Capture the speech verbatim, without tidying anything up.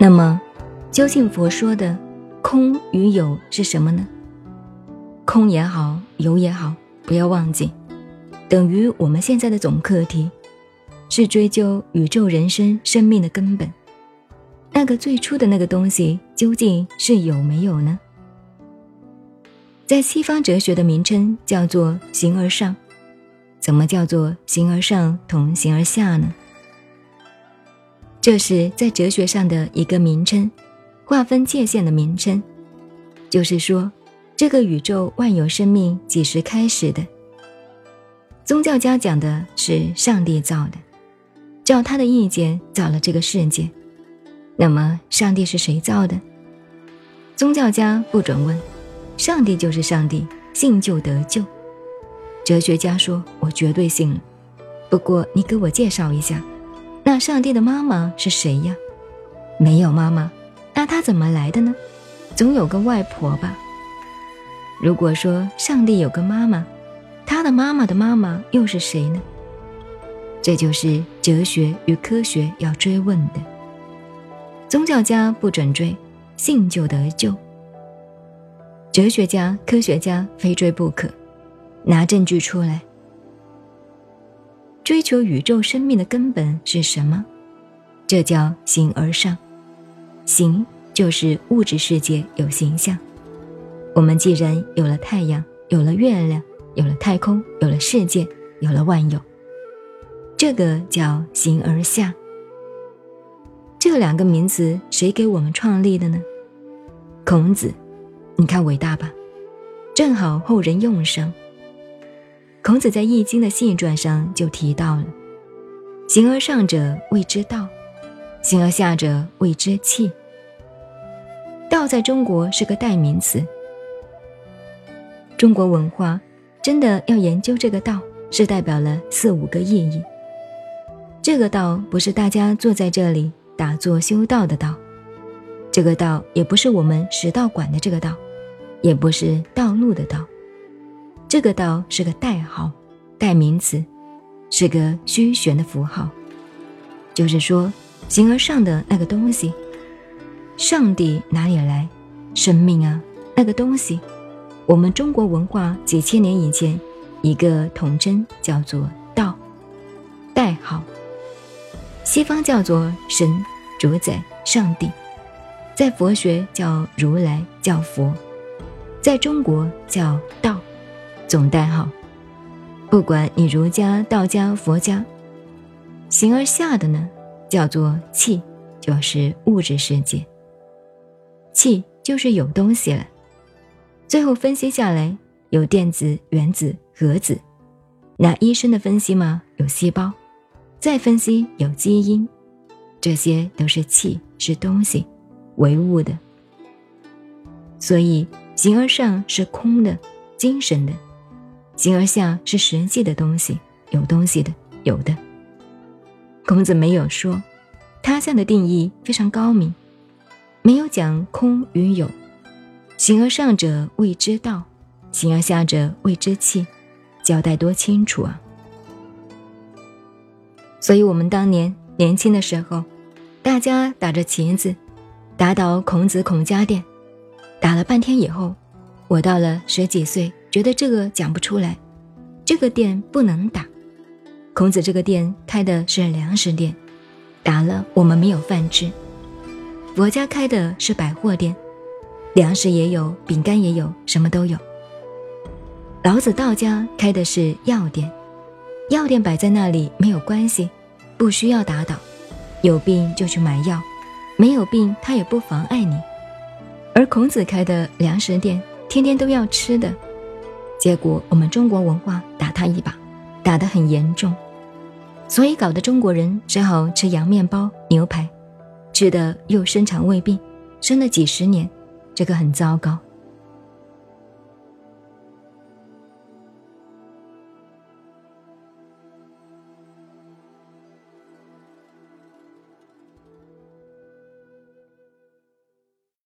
那么究竟佛说的空与有是什么呢？空也好，有也好，不要忘记，等于我们现在的总课题是追究宇宙人生生命的根本。那个最初的那个东西究竟是有没有呢？在西方哲学的名称叫做形而上。怎么叫做形而上同形而下呢？这是在哲学上的一个名称，划分界限的名称。就是说，这个宇宙万有生命几时开始的？宗教家讲的是上帝造的，照他的意见造了这个世界。那么上帝是谁造的？宗教家不准问，上帝就是上帝，信就得救。哲学家说，我绝对信了，不过你给我介绍一下，那上帝的妈妈是谁呀？没有妈妈，那他怎么来的呢？总有个外婆吧。如果说上帝有个妈妈，他的妈妈的妈妈又是谁呢？这就是哲学与科学要追问的。宗教家不准追，信就得救。哲学家、科学家非追不可，拿证据出来。追求宇宙生命的根本是什么？这叫形而上。形就是物质世界有形象。我们既然有了太阳，有了月亮，有了太空，有了世界，有了万有，这个叫形而下。这两个名词谁给我们创立的呢？孔子，你看伟大吧，正好后人用上。孔子在《易经》的系传上就提到了，形而上者谓之道，形而下者谓之器。道在中国是个代名词。中国文化真的要研究这个道，是代表了四五个意义。这个道不是大家坐在这里打坐修道的道，这个道也不是我们食道馆的这个道，也不是道路的道。这个道是个代号，代名词，是个虚玄的符号。就是说，形而上的那个东西，上帝哪里来？生命啊，那个东西，我们中国文化几千年以前一个统称叫做道，代号。西方叫做神、主宰、上帝，在佛学叫如来，叫佛，在中国叫道，总代号。不管你儒家、道家、佛家，形而下的呢，叫做气，就是物质世界。气就是有东西了，最后分析下来，有电子、原子、核子。拿医生的分析嘛，有细胞，再分析有基因，这些都是气，是东西，唯物的。所以形而上是空的，精神的，形而下是实际的东西，有东西的，有的。孔子没有说，他项的定义非常高明，没有讲空与有。形而上者谓之道，形而下者谓之器，交代多清楚啊！所以我们当年年轻的时候，大家打着旗子打倒孔子孔家店，打了半天以后，我到了十几岁，觉得这个讲不出来，这个店不能打。孔子这个店开的是粮食店，打了我们没有饭吃。佛家开的是百货店，粮食也有，饼干也有，什么都有。老子道家开的是药店，药店摆在那里没有关系，不需要打倒，有病就去买药，没有病他也不妨碍你。而孔子开的粮食店，天天都要吃的，结果我们中国文化打他一把，打得很严重，所以搞得中国人只好吃洋面包、牛排，吃的又生肠胃病，生了几十年，这个很糟糕。